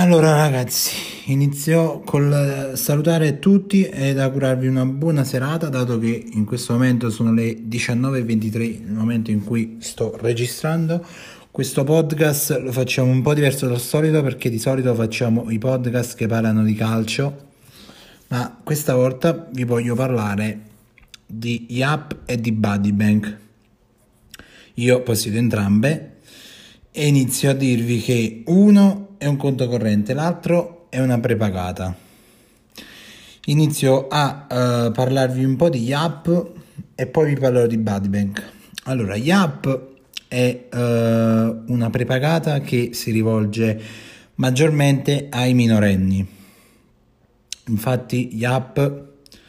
Allora ragazzi, inizio col salutare tutti ed augurarvi una buona serata, dato che in questo momento sono le 19:23, il momento in cui sto registrando. Questo podcast lo facciamo un po' diverso dal solito, perché di solito facciamo i podcast che parlano di calcio, ma questa volta vi voglio parlare di Yap e di Buddybank. Io possiedo entrambe e inizio a dirvi che uno è un conto corrente, l'altro è una prepagata. Inizio a parlarvi un po' di Yap e poi vi parlerò di Buddybank. Allora, Yap è una prepagata che si rivolge maggiormente ai minorenni. Infatti Yap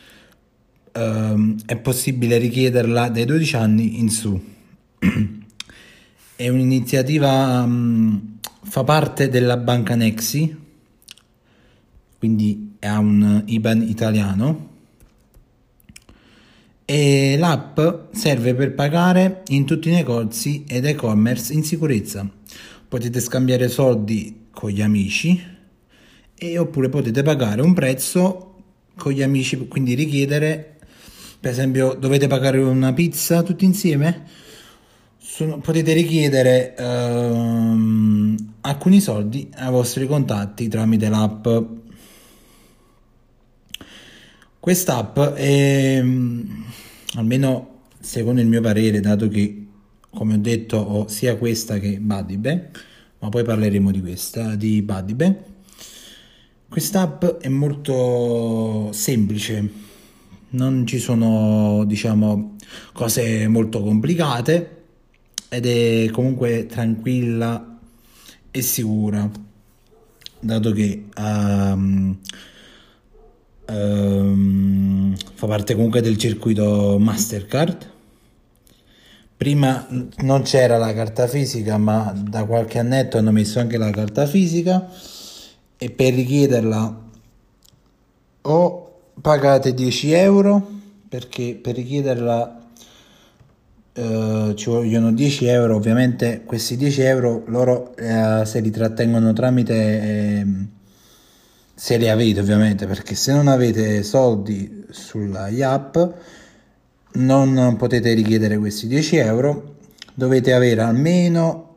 è possibile richiederla dai 12 anni in su. È un'iniziativa, fa parte della Banca Nexi, quindi ha un IBAN italiano, e l'app serve per pagare in tutti i negozi ed e-commerce in sicurezza. Potete scambiare soldi con gli amici oppure potete pagare un prezzo con gli amici, quindi richiedere, per esempio, dovete pagare una pizza tutti insieme, potete richiedere alcuni soldi ai vostri contatti tramite l'app. Quest'app è, almeno secondo il mio parere, dato che, come ho detto, ho sia questa che Buddybank, ma poi parleremo di Buddybank. Quest'app è molto semplice, non ci sono, diciamo, cose molto complicate, ed è comunque tranquilla e sicura, dato che fa parte comunque del circuito Mastercard. Prima non c'era la carta fisica, ma da qualche annetto hanno messo anche la carta fisica, e per richiederla o pagate 10 euro, perché per richiederla ci vogliono 10 euro. Ovviamente questi 10 euro loro se li trattengono tramite, se li avete ovviamente, perché se non avete soldi sulla Yap non potete richiedere questi 10 euro, dovete avere almeno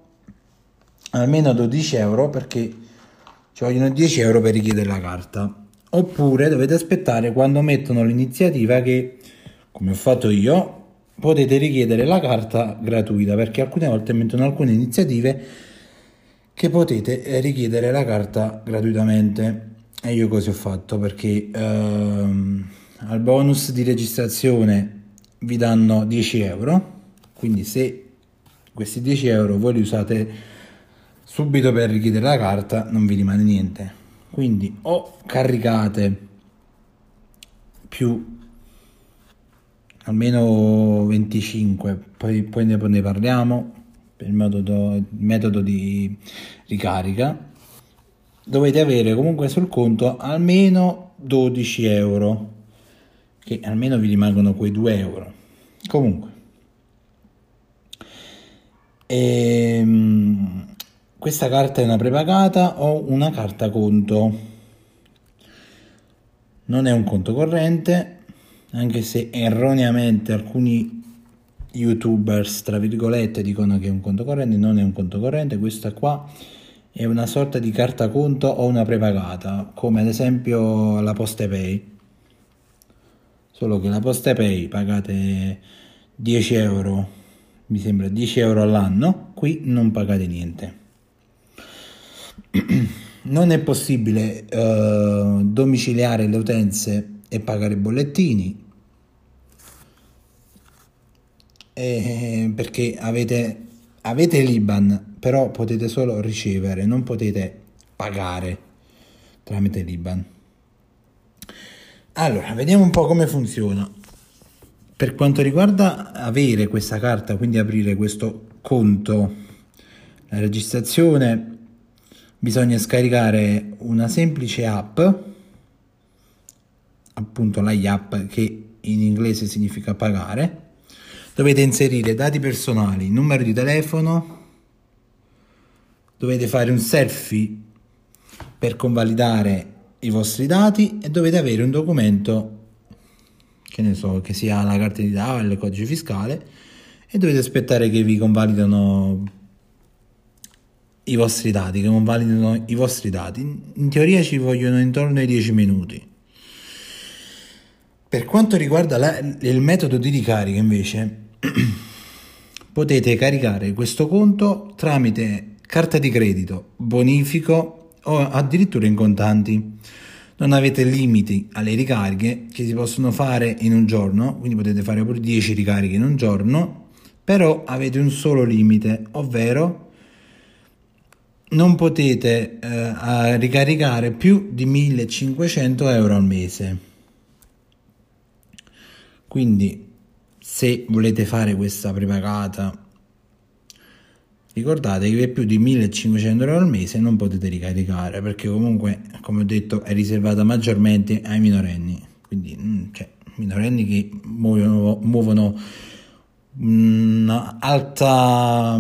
12 euro, perché ci vogliono 10 euro per richiedere la carta, oppure dovete aspettare quando mettono l'iniziativa che, come ho fatto io, potete richiedere la carta gratuita, perché alcune volte mettono alcune iniziative che potete richiedere la carta gratuitamente, e io così ho fatto, perché al bonus di registrazione vi danno 10 euro, quindi se questi 10 euro voi li usate subito per richiedere la carta non vi rimane niente. Quindi o caricate più almeno 25, poi ne parliamo, per il metodo di ricarica. Dovete avere comunque sul conto almeno 12 euro, che almeno vi rimangono quei 2 euro. Comunque, questa carta è una prepagata o una carta conto, non è un conto corrente, anche se erroneamente alcuni youtubers, tra virgolette, dicono che è un conto corrente. Non è un conto corrente, questa qua è una sorta di carta conto o una prepagata, come ad esempio la PostePay, solo che la PostePay pagate 10 euro, mi sembra 10 euro all'anno, qui non pagate niente. Non è possibile domiciliare le utenze e pagare i bollettini, perché avete l'IBAN, però potete solo ricevere, non potete pagare tramite l'IBAN. Allora, vediamo un po' come funziona. Per quanto riguarda avere questa carta, quindi aprire questo conto, la registrazione, bisogna scaricare una semplice app, appunto la Yap, che in inglese significa pagare. Dovete inserire dati personali, numero di telefono, dovete fare un selfie per convalidare i vostri dati e dovete avere un documento, che ne so, che sia la carta d'identità o il codice fiscale, e dovete aspettare che vi convalidano i vostri dati, In teoria ci vogliono intorno ai 10 minuti. Per quanto riguarda il metodo di ricarica, invece, potete caricare questo conto tramite carta di credito, bonifico o addirittura in contanti. Non avete limiti alle ricariche che si possono fare in un giorno, quindi potete fare pure 10 ricariche in un giorno, però avete un solo limite, ovvero non potete ricaricare più di 1.500 euro al mese. Quindi se volete fare questa prepagata, ricordate che per più di 1.500 euro al mese non potete ricaricare, perché comunque, come ho detto, è riservata maggiormente ai minorenni, quindi minorenni che muovono un'alta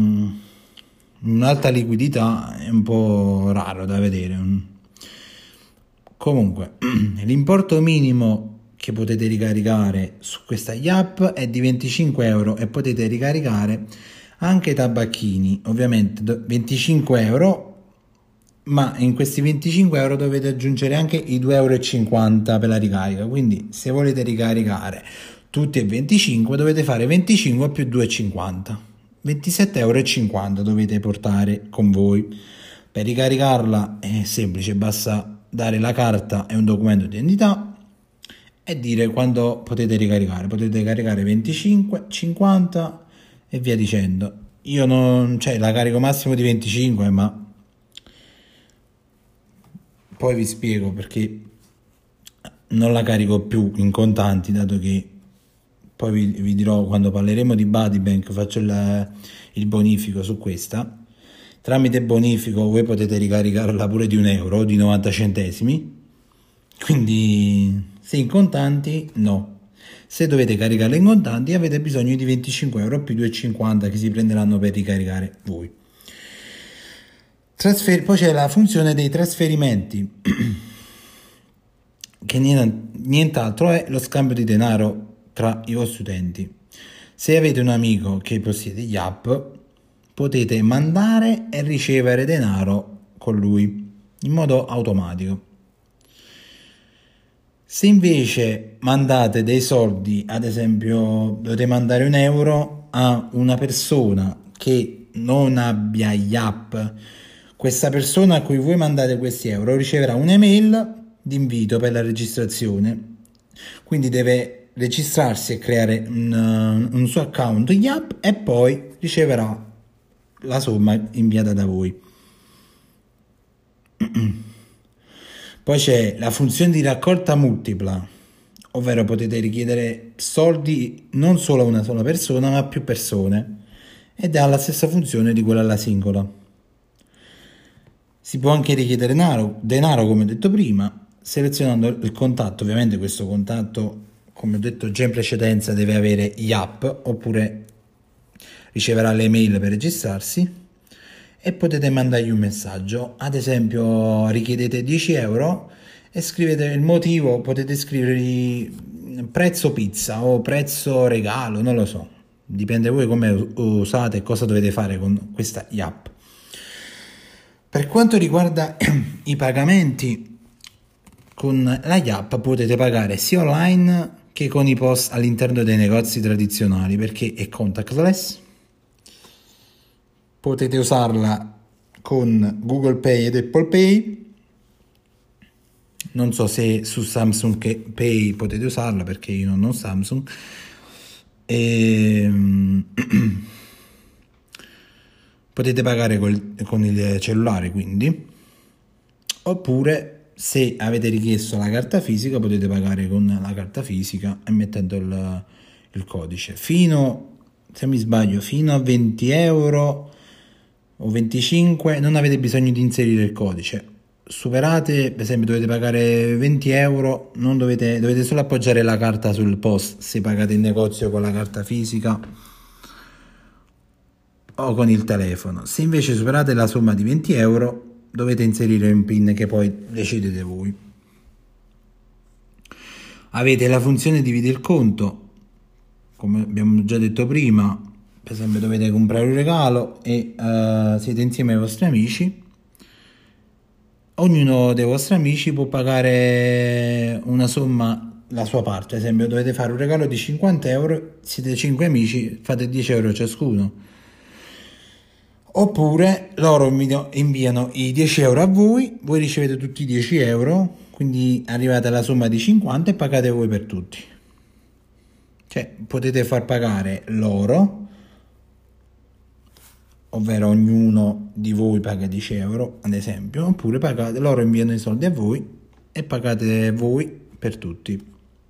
liquidità. È un po' raro da vedere. Comunque l'importo minimo che potete ricaricare su questa app è di 25 euro e potete ricaricare anche tabacchini, ovviamente 25 euro, ma in questi 25 euro dovete aggiungere anche i 2,50 euro per la ricarica. Quindi se volete ricaricare tutti e 25 dovete fare 25 più 2,50, 27,50 euro dovete portare con voi. Per ricaricarla è semplice, basta dare la carta e un documento di identità e dire quando potete ricaricare. Potete caricare 25, 50 e via dicendo. Io la carico massimo di 25, ma poi vi spiego perché non la carico più in contanti, dato che poi vi dirò quando parleremo di Buddybank, faccio il bonifico su questa. Tramite bonifico voi potete ricaricarla pure di 1 euro, di 90 centesimi, quindi se in contanti no. Se dovete caricarla in contanti avete bisogno di 25 euro più 2,50 che si prenderanno per ricaricare voi. Poi c'è la funzione dei trasferimenti, che nient'altro è lo scambio di denaro tra i vostri utenti. Se avete un amico che possiede gli app, potete mandare e ricevere denaro con lui in modo automatico. Se invece mandate dei soldi, ad esempio dovete mandare 1 euro a una persona che non abbia gli app, questa persona a cui voi mandate questi euro riceverà un'email di invito per la registrazione, quindi deve registrarsi e creare un suo account in app e poi riceverà la somma inviata da voi. Poi c'è la funzione di raccolta multipla, ovvero potete richiedere soldi non solo a una sola persona ma a più persone, ed ha la stessa funzione di quella alla singola. Si può anche richiedere denaro come ho detto prima, selezionando il contatto. Ovviamente questo contatto, come ho detto già in precedenza, deve avere gli app oppure riceverà le mail per registrarsi, e potete mandargli un messaggio. Ad esempio richiedete 10 euro e scrivete il motivo, potete scrivergli prezzo pizza o prezzo regalo, non lo so, dipende voi come usate e cosa dovete fare con questa app. Per quanto riguarda i pagamenti, con la app potete pagare sia online che con i POS all'interno dei negozi tradizionali, perché è contactless. Potete usarla con Google Pay ed Apple Pay. Non so se su Samsung Pay potete usarla, perché io non ho Samsung. Potete pagare con il cellulare, quindi. Oppure, se avete richiesto la carta fisica, potete pagare con la carta fisica e mettendo il codice. Se mi sbaglio, fino a 20 euro o 25 non avete bisogno di inserire il codice. Superate, per esempio dovete pagare 20 euro, non dovete solo appoggiare la carta sul POS se pagate in negozio con la carta fisica o con il telefono. Se invece superate la somma di 20 euro dovete inserire un PIN che poi decidete voi. Avete la funzione dividi il conto, come abbiamo già detto prima. Per esempio dovete comprare un regalo e siete insieme ai vostri amici. Ognuno dei vostri amici può pagare una somma, la sua parte. Ad esempio dovete fare un regalo di 50 euro, siete 5 amici, fate 10 euro ciascuno. Oppure loro inviano i 10 euro a voi, voi ricevete tutti i 10 euro, quindi arrivate alla somma di 50 e pagate voi per tutti. Cioè potete far pagare loro, ovvero ognuno di voi paga 10 euro ad esempio, oppure pagate, loro inviano i soldi a voi e pagate voi per tutti.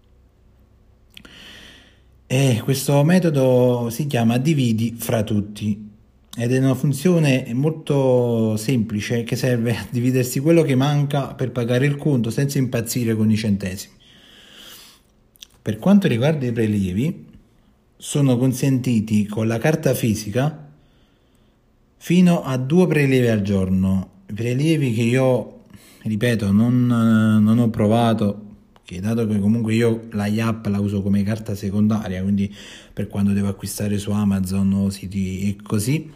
E questo metodo si chiama dividi fra tutti ed è una funzione molto semplice che serve a dividersi quello che manca per pagare il conto senza impazzire con i centesimi. Per quanto riguarda i prelievi, sono consentiti con la carta fisica fino a 2 prelievi al giorno. I prelievi che io, ripeto, non ho provato, che dato che comunque io la Yap la uso come carta secondaria, quindi per quando devo acquistare su Amazon o siti e così,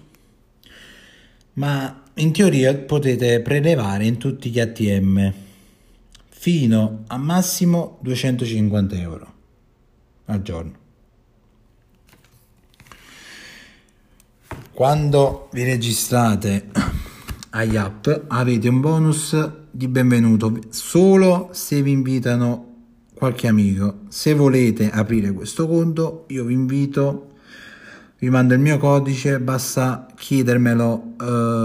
ma in teoria potete prelevare in tutti gli ATM fino a massimo 250 euro al giorno. Quando vi registrate a Yap avete un bonus di benvenuto solo se vi invitano qualche amico. Se volete aprire questo conto, io vi invito, vi mando il mio codice, basta chiedermelo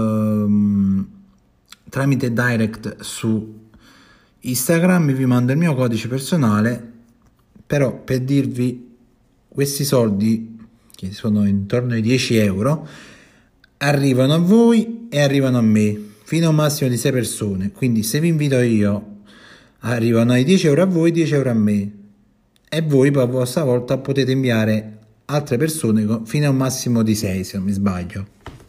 tramite direct su Instagram, vi mando il mio codice personale. Però per dirvi, questi soldi, che sono intorno ai 10 euro, arrivano a voi e arrivano a me fino a un massimo di 6 persone. Quindi se vi invito io, arrivano ai 10 euro a voi, 10 euro a me, e voi poi a vostra volta potete inviare altre persone fino a un massimo di 6, se non mi sbaglio.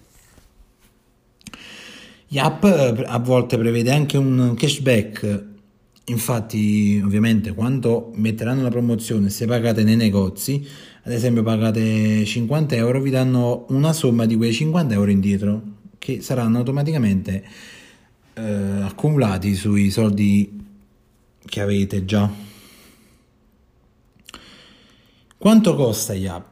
Yap a volte prevede anche un cashback. Infatti, ovviamente, quando metteranno la promozione, se pagate nei negozi, ad esempio pagate 50 euro, vi danno una somma di quei 50 euro indietro, che saranno automaticamente accumulati sui soldi che avete già. Quanto costa Yap?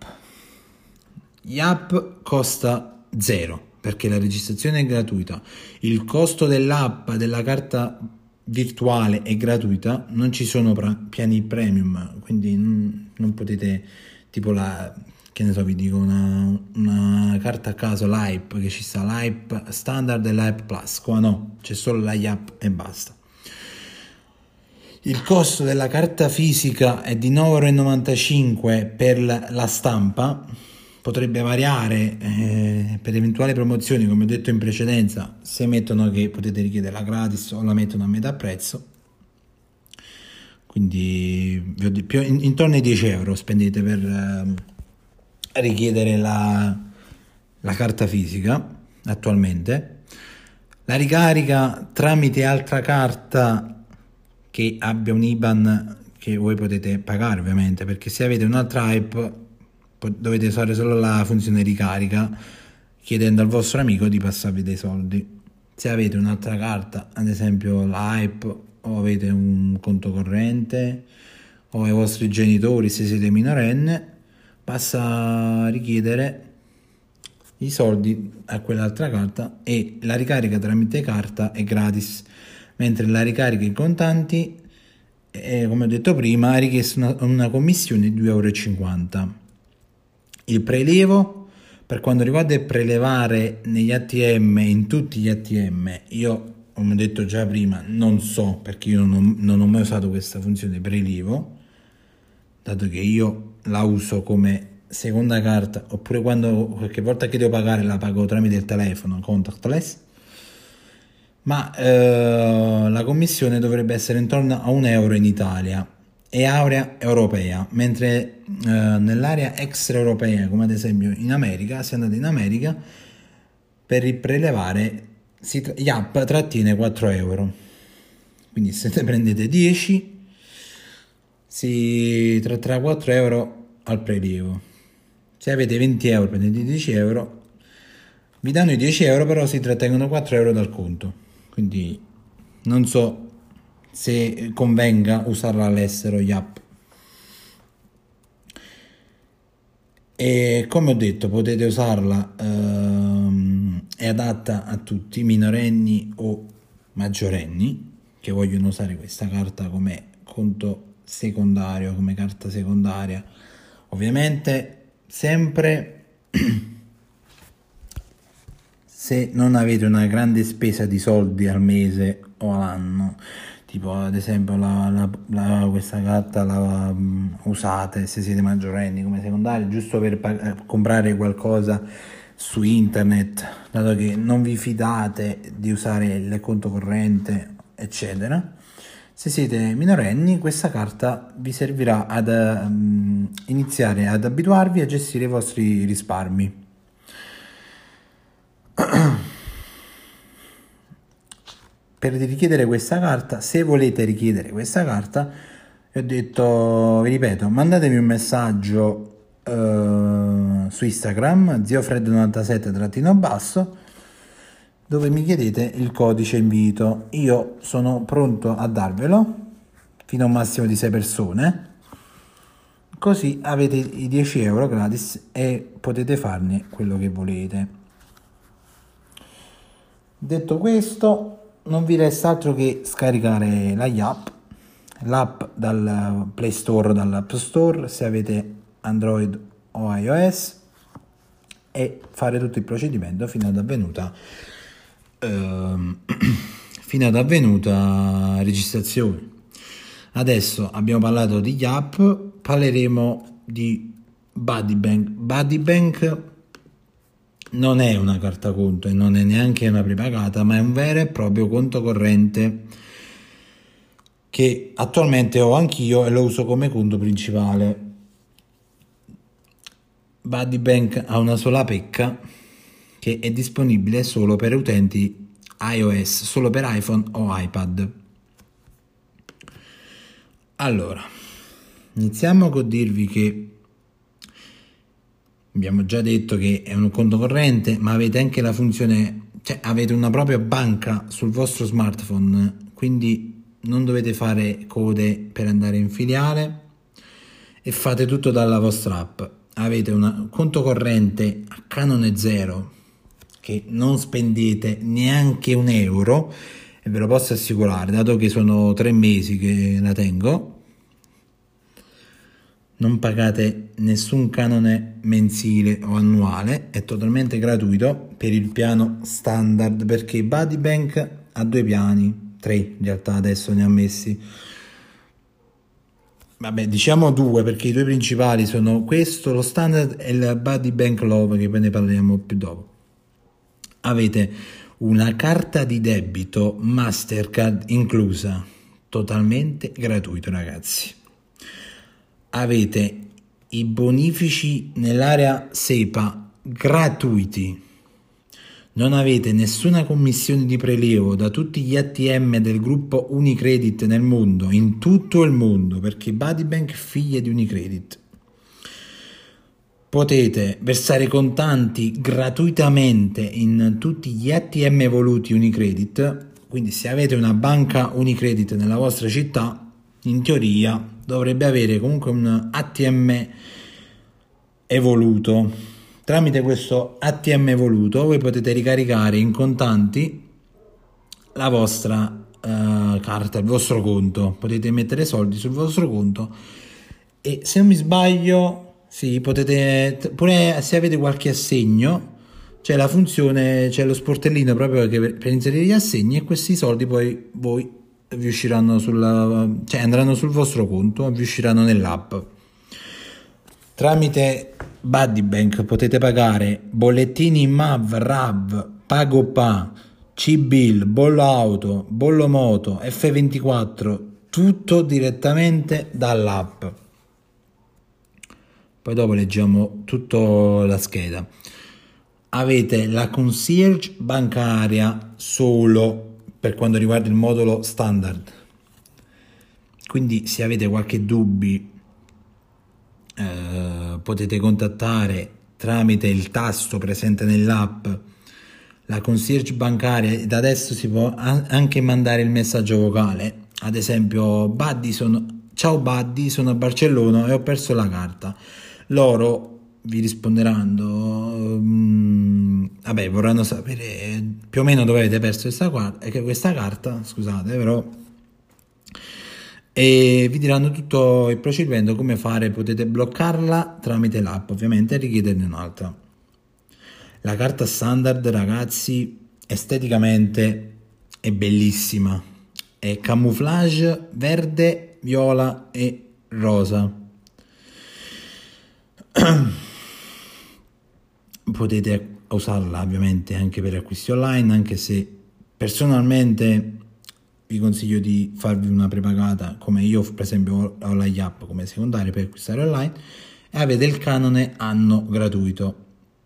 Yap costa 0, perché la registrazione è gratuita. Il costo dell'app, della carta virtuale è gratuita, non ci sono piani premium, quindi non potete, tipo che ne so, vi dico una carta a caso, l'Hype, che ci sta l'Hype standard e l'Hype plus, qua no, c'è solo la Yap e basta. Il costo della carta fisica è di 9,95 euro per la stampa, potrebbe variare per eventuali promozioni, come ho detto in precedenza, se mettono che potete richiederla gratis o la mettono a metà prezzo. Quindi intorno ai 10 euro spendete per richiedere la carta fisica attualmente. La ricarica tramite altra carta che abbia un IBAN che voi potete pagare, ovviamente, perché se avete un'altra app dovete usare solo la funzione ricarica chiedendo al vostro amico di passarvi dei soldi. Se avete un'altra carta, ad esempio la Hype, o avete un conto corrente o ai vostri genitori, se siete minorenne, basta richiedere i soldi a quell'altra carta e la ricarica tramite carta è gratis, mentre la ricarica in contanti, come ho detto prima, ha richiesto una commissione di 2,50 euro. Il prelievo, per quanto riguarda il prelevare negli ATM, in tutti gli ATM, io, come ho detto già prima, non so, perché io non ho mai usato questa funzione prelievo, dato che io la uso come seconda carta, oppure quando qualche volta che devo pagare la pago tramite il telefono, contactless, ma la commissione dovrebbe essere intorno a 1 euro in Italia e area europea, mentre nell'area extraeuropea, come ad esempio in America, se andate in America, per il prelevare Yap trattiene 4 euro, quindi se ne prendete 10 si tratterà 4 euro al prelievo. Se avete 20 euro prendete 10 euro, vi danno i 10 euro, però si trattengono 4 euro dal conto, quindi non so se convenga usarla all'estero Yap. E come ho detto, potete usarla, è adatta a tutti, minorenni o maggiorenni che vogliono usare questa carta come conto secondario, come carta secondaria. Ovviamente sempre se non avete una grande spesa di soldi al mese o all'anno, tipo ad esempio questa carta la usate se siete maggiorenni come secondaria, giusto per comprare qualcosa su internet, dato che non vi fidate di usare il conto corrente, eccetera. Se siete minorenni, questa carta vi servirà ad iniziare ad abituarvi a gestire i vostri risparmi. Per richiedere questa carta, se volete richiedere questa carta, vi ho detto, vi ripeto, mandatemi un messaggio su Instagram, ziofred97-basso, dove mi chiedete il codice invito. Io sono pronto a darvelo fino a un massimo di 6 persone, così avete i 10 euro gratis e potete farne quello che volete. Detto questo, non vi resta altro che scaricare l'app dal Play Store o dall'App Store se avete Android o iOS, e fare tutto il procedimento fino ad avvenuta registrazione. Adesso abbiamo parlato di Yap, parleremo di Buddybank. Buddybank non è una carta conto e non è neanche una prepagata, ma è un vero e proprio conto corrente che attualmente ho anch'io e lo uso come conto principale. Buddybank ha una sola pecca, che è disponibile solo per utenti iOS, solo per iPhone o iPad. Allora, iniziamo con dirvi che abbiamo già detto che è un conto corrente, ma avete anche la funzione, cioè avete una propria banca sul vostro smartphone, quindi non dovete fare code per andare in filiale e fate tutto dalla vostra app. Avete un conto corrente a canone zero, che non spendete neanche un euro, e ve lo posso assicurare, dato che sono 3 mesi che la tengo. Non pagate nessun canone mensile o annuale, è totalmente gratuito per il piano standard, perché Buddybank ha 2 piani, 3 in realtà adesso ne ha messi. Vabbè, diciamo 2 perché i 2 principali sono questo, lo standard, e il Buddybank Love, che poi ne parliamo più dopo. Avete una carta di debito Mastercard inclusa, totalmente gratuito ragazzi. Avete i bonifici nell'area SEPA gratuiti, non avete nessuna commissione di prelievo da tutti gli ATM del gruppo Unicredit nel mondo, in tutto il mondo, perché Buddybank è figlia di Unicredit. Potete versare contanti gratuitamente in tutti gli ATM evoluti Unicredit, quindi se avete una banca Unicredit nella vostra città, in teoria dovrebbe avere comunque un ATM evoluto. Tramite questo ATM evoluto voi potete ricaricare in contanti la vostra carta, il vostro conto, potete mettere soldi sul vostro conto, e se non mi sbaglio, sì, potete pure, se avete qualche assegno, c'è la funzione, c'è lo sportellino proprio che per inserire gli assegni, e questi soldi poi voi vi usciranno cioè andranno sul vostro conto e vi usciranno nell'app. Tramite Buddybank potete pagare bollettini MAV, RAV, PagoPA, C-Bill, bollo auto, bollo moto, F24, tutto direttamente dall'app. Poi dopo leggiamo tutta la scheda. avete la concierge bancaria solo per quanto riguarda il modulo standard. Quindi se avete qualche dubbio potete contattare tramite il tasto presente nell'app la concierge bancaria, e da adesso si può anche mandare il messaggio vocale, ad esempio ciao Buddy, sono a Barcellona e ho perso la carta. Loro vi risponderanno, vabbè, vorranno sapere più o meno dove avete perso questa carta, scusate, però, e vi diranno tutto il procedimento, come fare. Potete bloccarla tramite l'app, ovviamente, e richiederne un'altra. La carta standard, ragazzi, esteticamente è bellissima, è camouflage verde, viola e rosa. Potete usarla ovviamente anche per acquisti online, anche se personalmente vi consiglio di farvi una prepagata, come io per esempio ho la Yap come secondaria per acquistare online, e avete il canone anno gratuito.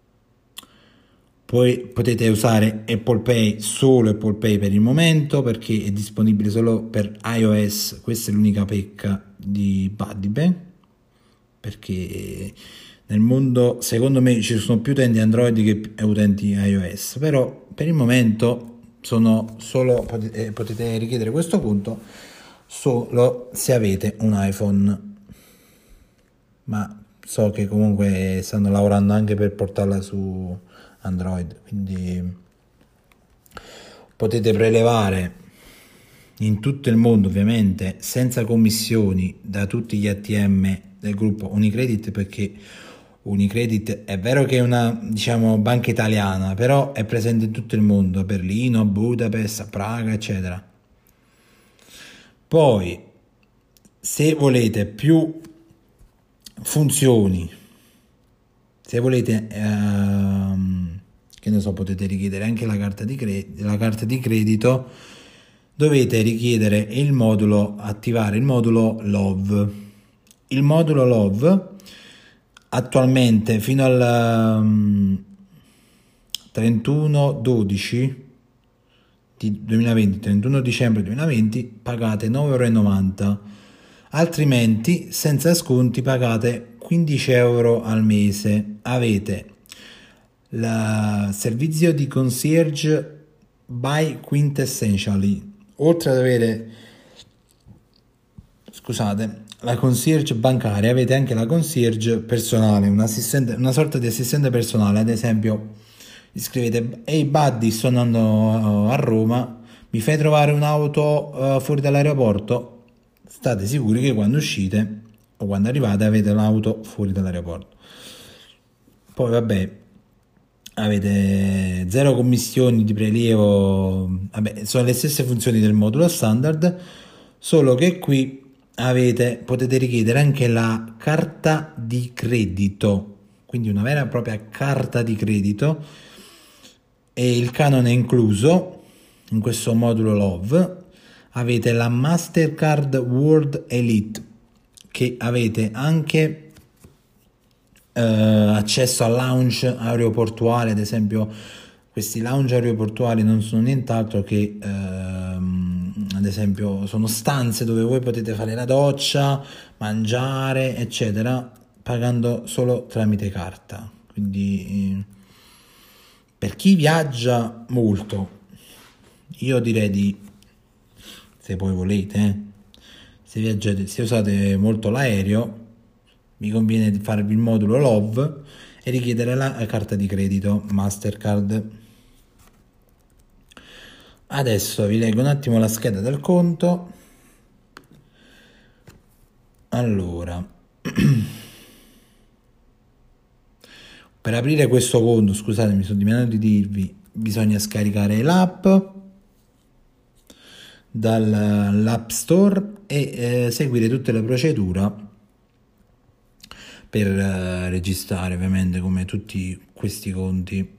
Poi potete usare Apple Pay, solo Apple Pay per il momento, perché è disponibile solo per iOS. Questa è l'unica pecca di Buddy, perché nel mondo secondo me ci sono più utenti Android che utenti iOS, però per il momento potete richiedere questo conto solo se avete un iPhone, ma so che comunque stanno lavorando anche per portarla su Android, quindi potete prelevare in tutto il mondo, ovviamente senza commissioni, da tutti gli ATM del gruppo Unicredit, perché Unicredit è vero che è una, diciamo, banca italiana, però è presente in tutto il mondo, a Berlino, a Budapest, a Praga, eccetera. Poi, se volete più funzioni, se volete, che ne so, potete richiedere anche la carta di credito, dovete richiedere il modulo, attivare il modulo Love. Il modulo Love attualmente fino al 31/12 di 2020, 31 dicembre 2020, pagate 9,90 €, altrimenti senza sconti pagate 15 € al mese. Avete il servizio di concierge by Quintessentially, oltre ad avere, scusate, la concierge bancaria, avete anche la concierge personale, un assistente, una sorta di assistente personale. Ad esempio, gli scrivete: ehi Buddy, sto andando a Roma, mi fai trovare un'auto fuori dall'aeroporto? State sicuri che quando uscite o quando arrivate avete l'auto fuori dall'aeroporto. Poi vabbè, avete zero commissioni di prelievo, vabbè, sono le stesse funzioni del modulo standard, solo che qui potete richiedere anche la carta di credito, quindi una vera e propria carta di credito, e il canone è incluso in questo modulo Love. Avete la Mastercard World Elite, che avete anche accesso al lounge aeroportuale. Ad esempio, questi lounge aeroportuali non sono nient'altro che ad esempio sono stanze dove voi potete fare la doccia, mangiare, eccetera, pagando solo tramite carta. Quindi per chi viaggia molto, io direi se poi volete, se viaggiate, se usate molto l'aereo, vi conviene farvi il modulo Love e richiedere la carta di credito Mastercard. Adesso vi leggo un attimo la scheda del conto. Allora, per aprire questo conto, scusate, mi sono dimenticato di dirvi, bisogna scaricare l'app dall'App Store e seguire tutte le procedure per registrare, ovviamente, come tutti questi conti.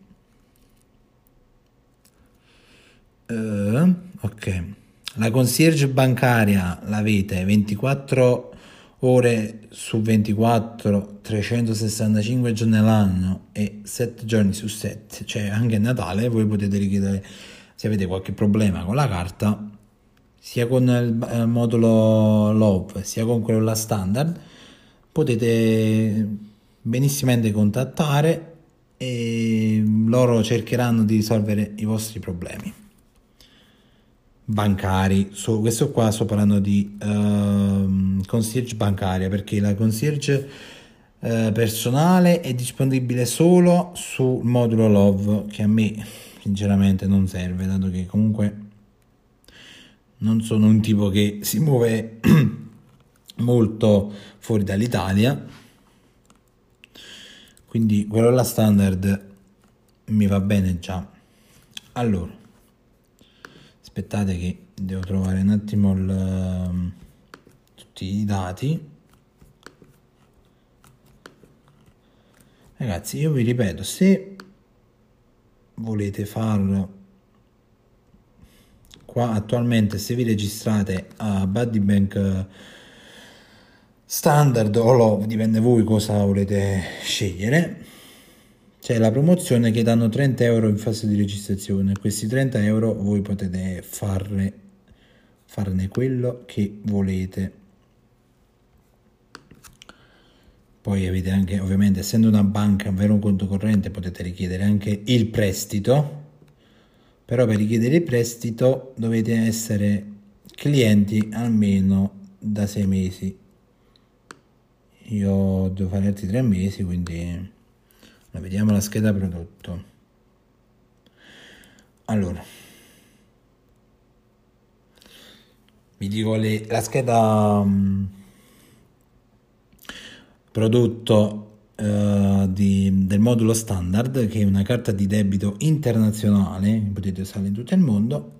Ok, la concierge bancaria l'avete 24 ore su 24, 365 giorni all'anno e 7 giorni su 7, cioè anche a Natale voi potete richiedere, se avete qualche problema con la carta, sia con il modulo Love sia con quello là standard, potete benissimamente contattare e loro cercheranno di risolvere i vostri problemi bancari. Questo qua sto parlando di concierge bancaria, perché la concierge personale è disponibile solo sul modulo Love, che a me sinceramente non serve, dato che comunque non sono un tipo che si muove molto fuori dall'Italia, quindi quello là standard mi va bene già. Allora, aspettate che devo trovare un attimo tutti i dati. Ragazzi, io vi ripeto, se volete farlo qua attualmente, se vi registrate a Buddy Bank standard o Love, dipende voi cosa volete scegliere, c'è la promozione che danno 30 euro in fase di registrazione. Questi 30 euro voi potete farne quello che volete. Poi avete anche, ovviamente, essendo una banca, avere un conto corrente, potete richiedere anche il prestito, però per richiedere il prestito dovete essere clienti almeno da 6 mesi. Io devo fare altri 3 mesi, quindi vediamo la scheda prodotto. Allora, vi dico la scheda prodotto del modulo standard, che è una carta di debito internazionale, potete usarla in tutto il mondo.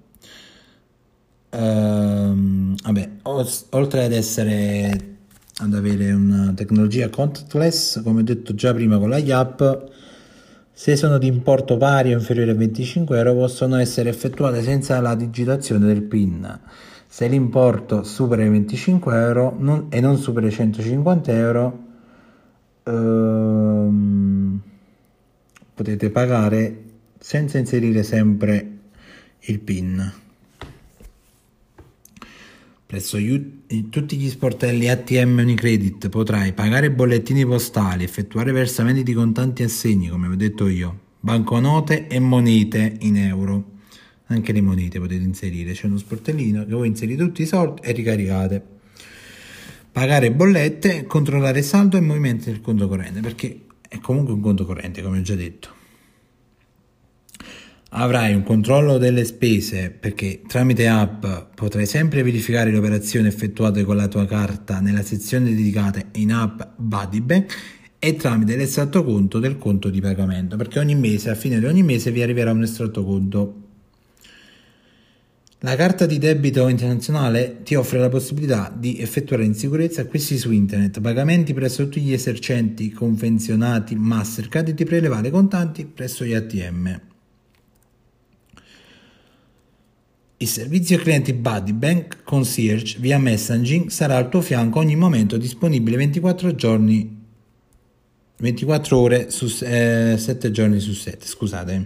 Vabbè, oltre ad avere una tecnologia contactless, come ho detto già prima con la YAP, se sono di importo pari o inferiore a 25 euro possono essere effettuate senza la digitazione del PIN. Se l'importo supera i 25 euro e non supera i 150 euro, potete pagare senza inserire sempre il PIN. Presso tutti gli sportelli ATM Unicredit potrai pagare bollettini postali, effettuare versamenti di contanti assegni, come vi ho detto io, banconote e monete in euro. Anche le monete potete inserire, c'è uno sportellino che voi inserite tutti i soldi e ricaricate. Pagare bollette, controllare saldo e movimenti del conto corrente, perché è comunque un conto corrente, come ho già detto. Avrai un controllo delle spese, perché tramite app potrai sempre verificare le operazioni effettuate con la tua carta nella sezione dedicata in app Buddy Bank e tramite l'estratto conto del conto di pagamento, perché ogni mese, a fine di ogni mese, vi arriverà un estratto conto. La carta di debito internazionale ti offre la possibilità di effettuare in sicurezza acquisti su internet, pagamenti presso tutti gli esercenti convenzionati Mastercard e di prelevare contanti presso gli ATM. Il servizio clienti Buddy Bank Concierge via messaging sarà al tuo fianco ogni momento, disponibile 24 ore su 7 giorni su 7. Scusate.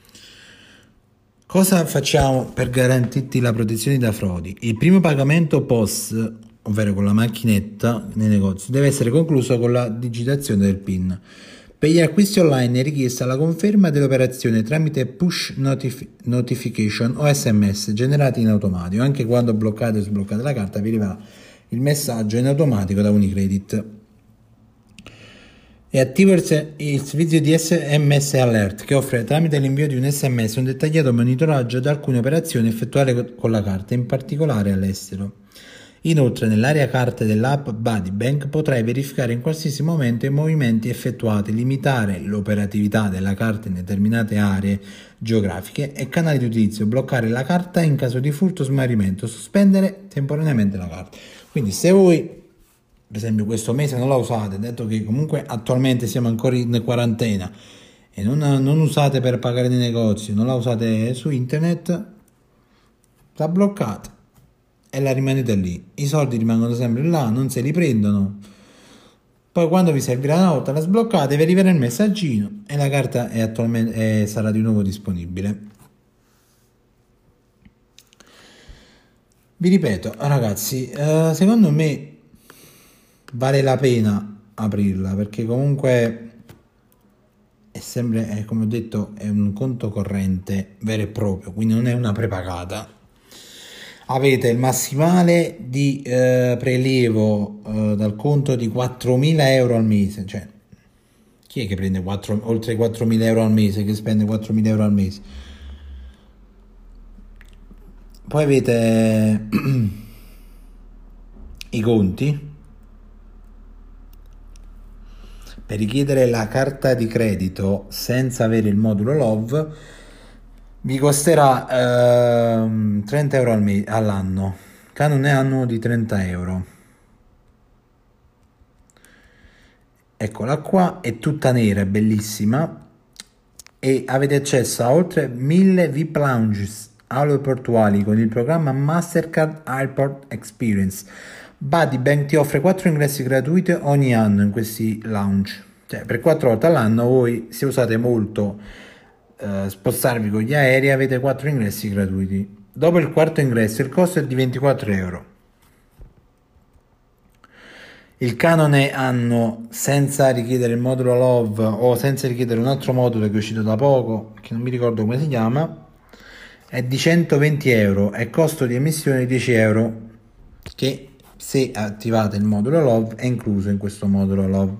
Cosa facciamo per garantirti la protezione da frodi? Il primo pagamento POS, ovvero con la macchinetta nei negozi, deve essere concluso con la digitazione del PIN. Per gli acquisti online è richiesta la conferma dell'operazione tramite push notification o SMS generati in automatico. Anche quando bloccate o sbloccate la carta vi arriverà il messaggio in automatico da Unicredit. È attivo il servizio di SMS Alert, che offre tramite l'invio di un SMS un dettagliato monitoraggio di alcune operazioni effettuate con la carta, in particolare all'estero. Inoltre, nell'area carte dell'app Buddy Bank potrai verificare in qualsiasi momento i movimenti effettuati, limitare l'operatività della carta in determinate aree geografiche e canali di utilizzo, bloccare la carta in caso di furto o smarrimento, sospendere temporaneamente la carta. Quindi se voi, per esempio, questo mese non la usate, detto che comunque attualmente siamo ancora in quarantena e non usate per pagare nei negozi, non la usate su internet, la bloccate e la rimanete lì. I soldi rimangono sempre là, non se li prendono. Poi quando vi servirà una volta la sbloccate, vi arriverà il messaggino e la carta sarà di nuovo disponibile. Vi ripeto, ragazzi, secondo me vale la pena aprirla, perché comunque è sempre, come ho detto, è un conto corrente vero e proprio, quindi non è una prepagata. Avete il massimale di prelievo dal conto di 4.000 euro al mese. Cioè, chi è che prende oltre 4.000 euro al mese, che spende 4.000 euro al mese? Poi avete i conti per richiedere la carta di credito senza avere il modulo Love. Vi costerà 30 euro all'anno, canone annuo di 30 euro. Eccola qua, è tutta nera, è bellissima, e avete accesso a oltre 1000 VIP lounges aeroportuali con il programma Mastercard Airport Experience. Buddybank ti offre 4 ingressi gratuiti ogni anno in questi lounge. Cioè, per 4 volte all'anno voi, se usate molto spostarvi con gli aerei, avete 4 ingressi gratuiti. Dopo il quarto ingresso il costo è di 24 euro. Il canone anno senza richiedere il modulo Love o senza richiedere un altro modulo che è uscito da poco, che non mi ricordo come si chiama, è di 120 euro e costo di emissione di 10 euro, che se attivate il modulo Love è incluso in questo modulo Love.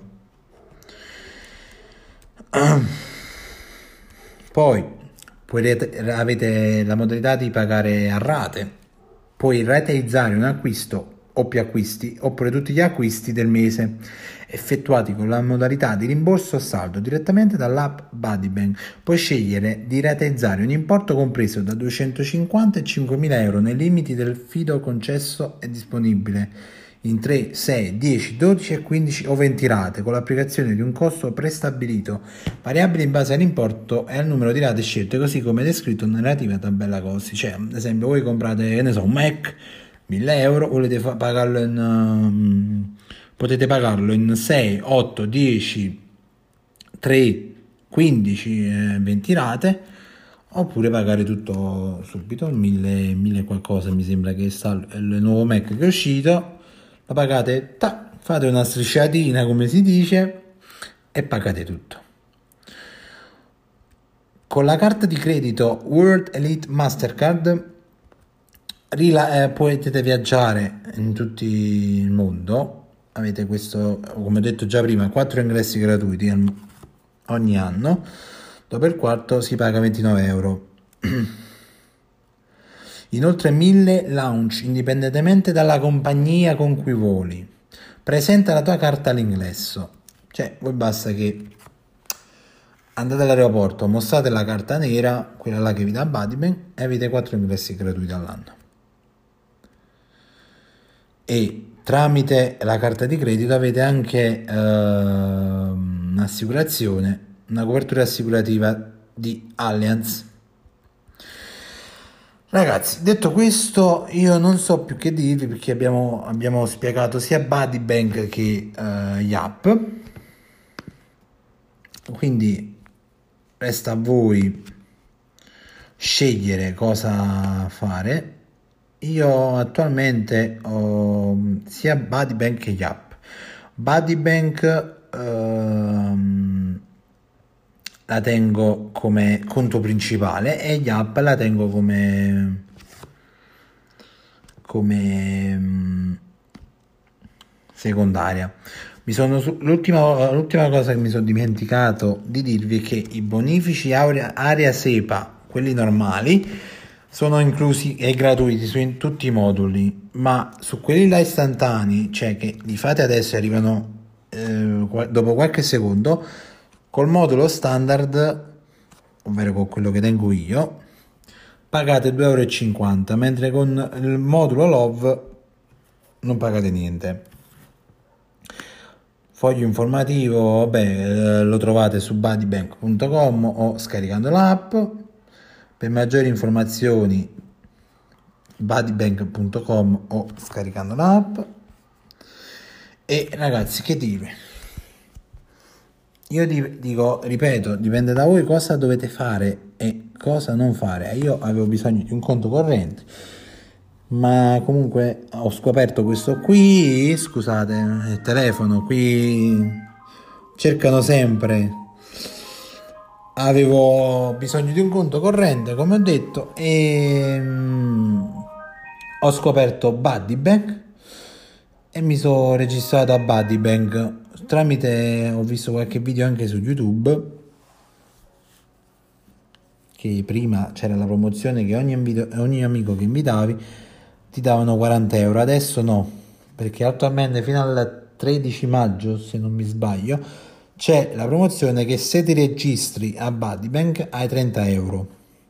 Poi avete la modalità di pagare a rate, puoi rateizzare un acquisto o più acquisti, oppure tutti gli acquisti del mese effettuati con la modalità di rimborso a saldo direttamente dall'app Buddybank. Puoi scegliere di rateizzare un importo compreso da 250 e 5.000 euro nei limiti del fido concesso e disponibile in 3, 6, 10, 12 e 15 o 20 rate, con l'applicazione di un costo prestabilito, variabile in base all'importo e al numero di rate scelte, così come descritto nella relativa tabella costi. Cioè, ad esempio, voi comprate, che ne so, un Mac, 1.000 euro, volete pagarlo potete pagarlo in 6, 8, 10, 3, 15, 20 rate, oppure pagare tutto subito, 1.000 qualcosa mi sembra che sta il nuovo Mac che è uscito. La pagate, fate una strisciatina come si dice e pagate tutto. Con la carta di credito World Elite Mastercard potete viaggiare in tutto il mondo. Avete questo, come ho detto già prima, 4 ingressi gratuiti ogni anno. Dopo il quarto si paga 29 euro. Inoltre 1000 lounge indipendentemente dalla compagnia con cui voli. Presenta la tua carta all'ingresso. Cioè, voi basta che andate all'aeroporto, mostrate la carta nera, quella là che vi dà Buddybank, e avete 4 ingressi gratuiti all'anno. E tramite la carta di credito avete anche un'assicurazione, una copertura assicurativa di Allianz. Ragazzi, detto questo, io non so più che dirvi, perché abbiamo spiegato sia Buddybank che Yap. Quindi resta a voi scegliere cosa fare. Io attualmente ho sia Buddybank che Yap. Buddybank la tengo come conto principale e Yap la tengo come secondaria. L'ultima cosa che mi sono dimenticato di dirvi è che i bonifici area SEPA, quelli normali, sono inclusi e gratuiti su tutti i moduli, ma su quelli là istantanei, cioè che li fate adesso e arrivano dopo qualche secondo, col modulo standard, ovvero con quello che tengo io, pagate 2,50 euro, mentre con il modulo Love non pagate niente. Foglio informativo, lo trovate su buddybank.com o scaricando l'app. Per maggiori informazioni buddybank.com o scaricando l'app. E ragazzi, che dire, io dico, ripeto, dipende da voi cosa dovete fare e cosa non fare. Io avevo bisogno di un conto corrente, ma comunque ho scoperto questo qui, scusate, il telefono qui cercano sempre. Avevo bisogno di un conto corrente, come ho detto, e ho scoperto Buddybank e mi sono registrato a Buddybank tramite, ho visto qualche video anche su YouTube, che prima c'era la promozione che ogni amico che invitavi ti davano 40 euro, adesso no, perché attualmente fino al 13 maggio, se non mi sbaglio, c'è la promozione che se ti registri a Buddybank hai 30 euro.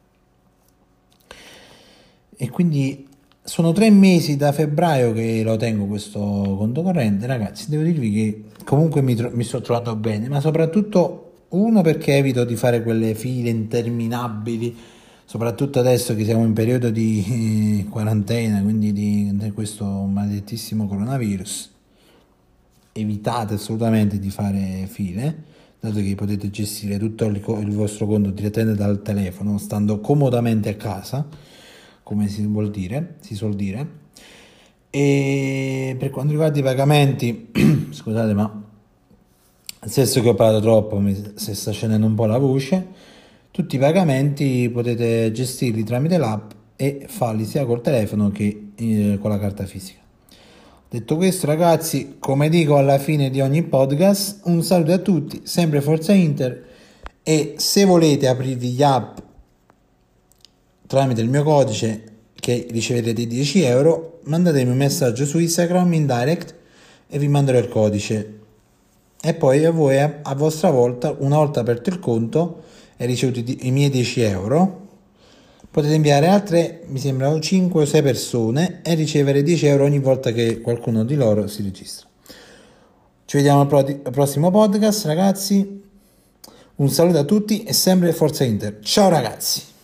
E quindi sono 3 mesi da febbraio che lo tengo questo conto corrente, ragazzi. Devo dirvi che comunque mi sto trovando bene, ma soprattutto uno perché evito di fare quelle file interminabili, soprattutto adesso che siamo in periodo di quarantena, quindi di questo maledettissimo coronavirus. Evitate assolutamente di fare file, dato che potete gestire tutto il vostro conto direttamente dal telefono, stando comodamente a casa, come si suol dire. E per quanto riguarda i pagamenti, scusate, ma nel senso che ho parlato troppo, si sta scendendo un po' la voce. Tutti i pagamenti potete gestirli tramite l'app e farli sia col telefono che con la carta fisica. Detto questo, ragazzi, come dico alla fine di ogni podcast, un saluto a tutti, sempre Forza Inter, e se volete aprirvi gli app tramite il mio codice che riceverete 10 euro, mandatemi un messaggio su Instagram in direct e vi manderò il codice. E poi a voi, a vostra volta, una volta aperto il conto e ricevuti i miei 10 euro, potete inviare altre, mi sembrano 5 o 6 persone e ricevere 10 euro ogni volta che qualcuno di loro si registra. Ci vediamo al prossimo podcast, ragazzi. Un saluto a tutti e sempre Forza Inter. Ciao ragazzi!